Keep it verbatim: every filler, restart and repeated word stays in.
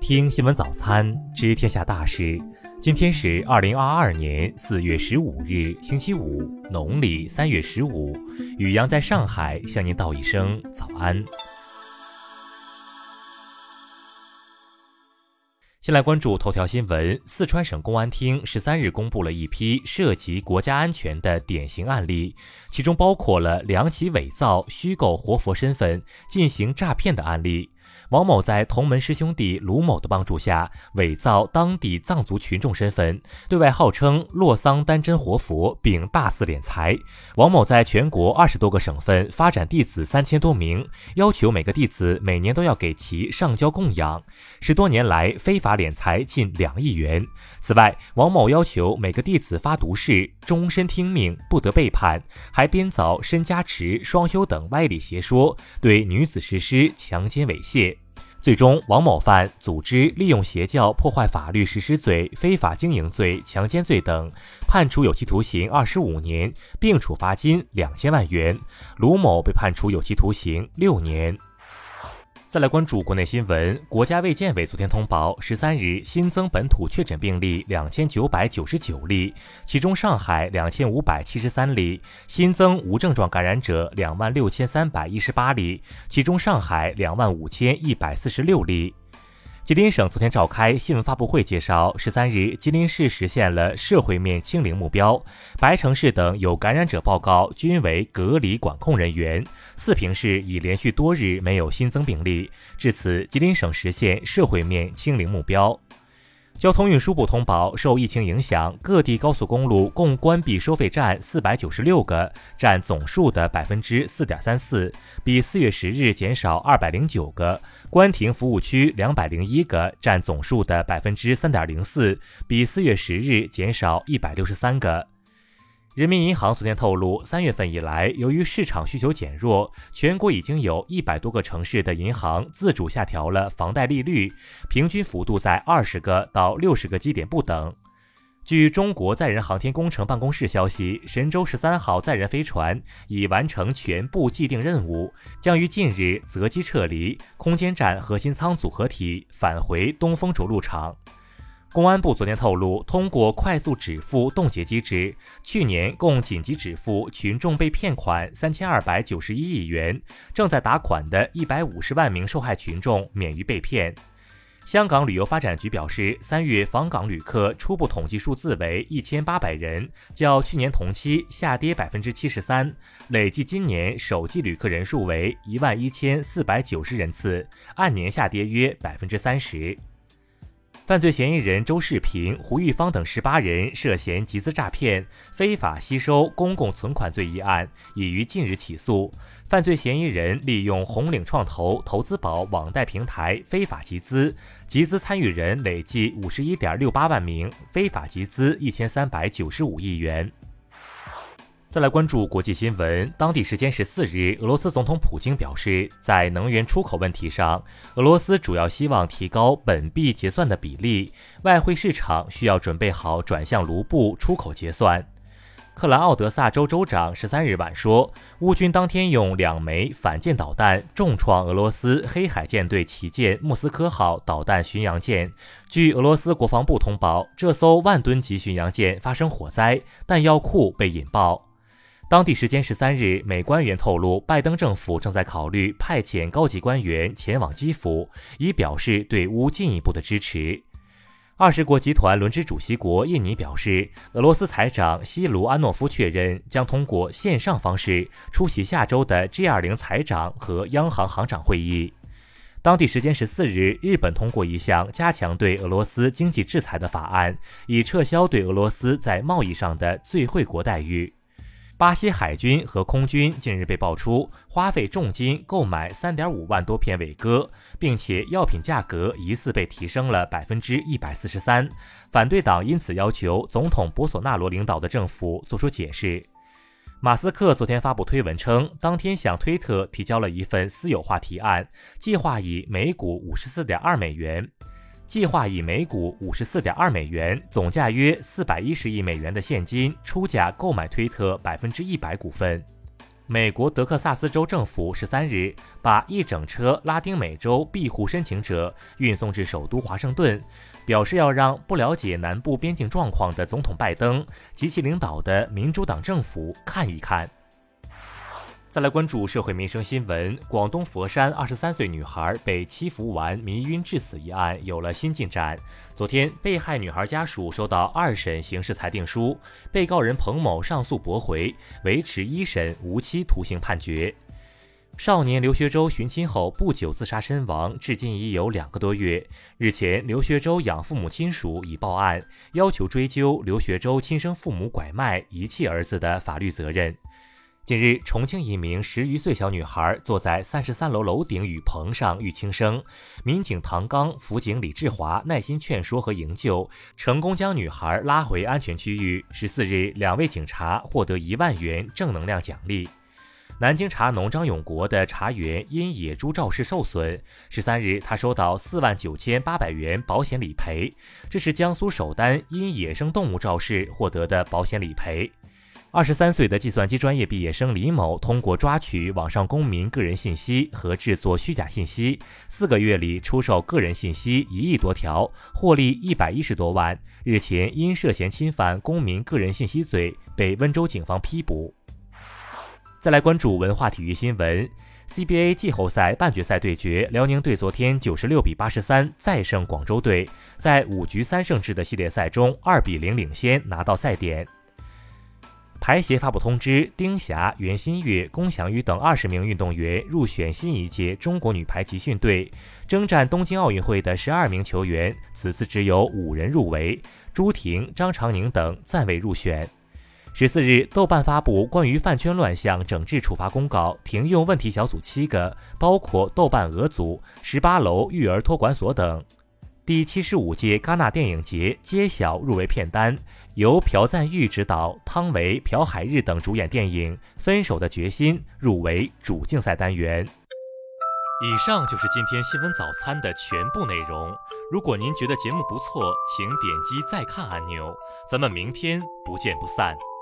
听新闻早餐，知天下大事。今天是二零二二年四月十五日，星期五，农历三月十五。宇阳在上海向您道一声早安。先来关注头条新闻。四川省公安厅十三日公布了一批涉及国家安全的典型案例，其中包括了两起伪造、虚构活佛身份进行诈骗的案例。王某在同门师兄弟卢某的帮助下，伪造当地藏族群众身份，对外号称洛桑丹真活佛，并大肆敛财。王某在全国二十多个省份发展弟子三千多名，要求每个弟子每年都要给其上交供养。十多年来，非法敛财近两亿元。此外，王某要求每个弟子发毒誓，终身听命，不得背叛，还编造身加持、双修等歪理邪说，对女子实施强奸猥亵。最终，王某犯组织利用邪教破坏法律实施罪、非法经营罪、强奸罪等，判处有期徒刑二十五年，并处罚金两千万元。卢某被判处有期徒刑六年。再来关注国内新闻。国家卫健委昨天通报，十三日新增本土确诊病例两千九百九十九例，其中上海两千五百七十三例，新增无症状感染者两万六千三百一十八例，其中上海两万五千一百四十六例。吉林省昨天召开新闻发布会介绍，十三日吉林市实现了社会面清零目标，白城市等有感染者报告均为隔离管控人员，四平市已连续多日没有新增病例，至此吉林省实现社会面清零目标。交通运输部通报，受疫情影响，各地高速公路共关闭收费站四百九十六个，占总数的 百分之四点三四， 比四月十日减少二百零九个；关停服务区两百零一个，占总数的 百分之三点零四， 比四月十日减少一百六十三个。人民银行昨天透露，三月份以来，由于市场需求减弱，全国已经有一百多个城市的银行自主下调了房贷利率，平均幅度在二十个到六十个基点不等。据中国载人航天工程办公室消息，神舟十三号载人飞船已完成全部既定任务，将于近日择机撤离，空间站核心舱组合体返回东风着陆场。公安部昨天透露，通过快速止付冻结机制，去年共紧急止付群众被骗款三千二百九十一亿元，正在打款的一百五十万名受害群众免于被骗。香港旅游发展局表示，三月访港旅客初步统计数字为一千八百人，较去年同期下跌 百分之七十三， 累计今年首季旅客人数为一万一千四百九十人次，按年下跌约 百分之三十。犯罪嫌疑人周世平、胡玉芳等十八人涉嫌集资诈骗、非法吸收公共存款罪一案，已于近日起诉。犯罪嫌疑人利用红岭创投、投资宝网贷平台非法集资，集资参与人累计 五十一点六八万名，非法集资一千三百九十五亿元。再来关注国际新闻。当地时间十四日，俄罗斯总统普京表示，在能源出口问题上，俄罗斯主要希望提高本币结算的比例，外汇市场需要准备好转向卢布出口结算。克兰奥德萨州州长十三日晚说，乌军当天用两枚反舰导弹重创俄罗斯黑海舰队旗舰莫斯科号导弹巡洋舰。据俄罗斯国防部通报，这艘万吨级巡洋舰发生火灾，弹药库被引爆。当地时间十三日，美官员透露，拜登政府正在考虑派遣高级官员前往基辅，以表示对乌进一步的支持。二十国集团轮值主席国印尼表示，俄罗斯财长西卢安诺夫确认将通过线上方式出席下周的 G 二十 财长和央行行长会议。当地时间十四日，日本通过一项加强对俄罗斯经济制裁的法案，以撤销对俄罗斯在贸易上的最惠国待遇。巴西海军和空军近日被爆出花费重金购买 三点五万多片伟哥，并且药品价格疑似被提升了 百分之一百四十三。反对党因此要求总统博索纳罗领导的政府作出解释。马斯克昨天发布推文称，当天向推特提交了一份私有化提案，计划以每股 五十四点二美元计划以每股 五十四点二美元，总价约四百一十亿美元的现金出价购买推特百分之一百股份。 美国德克萨斯州政府十三日把一整车拉丁美洲庇护申请者运送至首都华盛顿，表示要让不了解南部边境状况的总统拜登及其领导的民主党政府看一看。再来关注社会民生新闻，广东佛山二十三岁女孩被欺负完迷晕致死一案有了新进展。昨天，被害女孩家属收到二审刑事裁定书，被告人彭某上诉驳回，维持一审无期徒刑判决。少年刘学周寻亲后不久自杀身亡，至今已有两个多月。日前，刘学周养父母亲属已报案，要求追究刘学周亲生父母拐卖遗弃儿子的法律责任。近日，重庆一名十余岁小女孩坐在三十三楼楼顶雨棚上欲轻生，民警唐刚、辅警李志华耐心劝说和营救，成功将女孩拉回安全区域。十四日，两位警察获得一万元正能量奖励。南京茶农张永国的茶园因野猪肇事受损，十三日他收到四万九千八百元保险理赔，这是江苏首单因野生动物肇事获得的保险理赔。二十三岁的计算机专业毕业生李某，通过抓取网上公民个人信息和制作虚假信息，四个月里出售个人信息一亿多条，获利一百一十多万。日前因涉嫌侵犯公民个人信息罪，被温州警方批捕。再来关注文化体育新闻。C B A 季后赛半决赛对决，辽宁队昨天九十六比八十三再胜广州队，在五局三胜制的系列赛中二比零领先，拿到赛点。排协发布通知，丁霞、袁心玥、龚翔宇等二十名运动员入选新一届中国女排集训队。征战东京奥运会的十二名球员，此次只有五人入围，朱婷、张常宁等暂未入选。十四日，豆瓣发布关于饭圈乱象整治处罚公告，停用问题小组七个，包括豆瓣鹅组、十八楼育儿托管所等。第七十五届戛纳电影节揭晓入围片单，由朴赞郁执导、汤唯、朴海日等主演电影《分手的决心》入围主竞赛单元。以上就是今天新闻早餐的全部内容。如果您觉得节目不错，请点击再看按钮。咱们明天不见不散。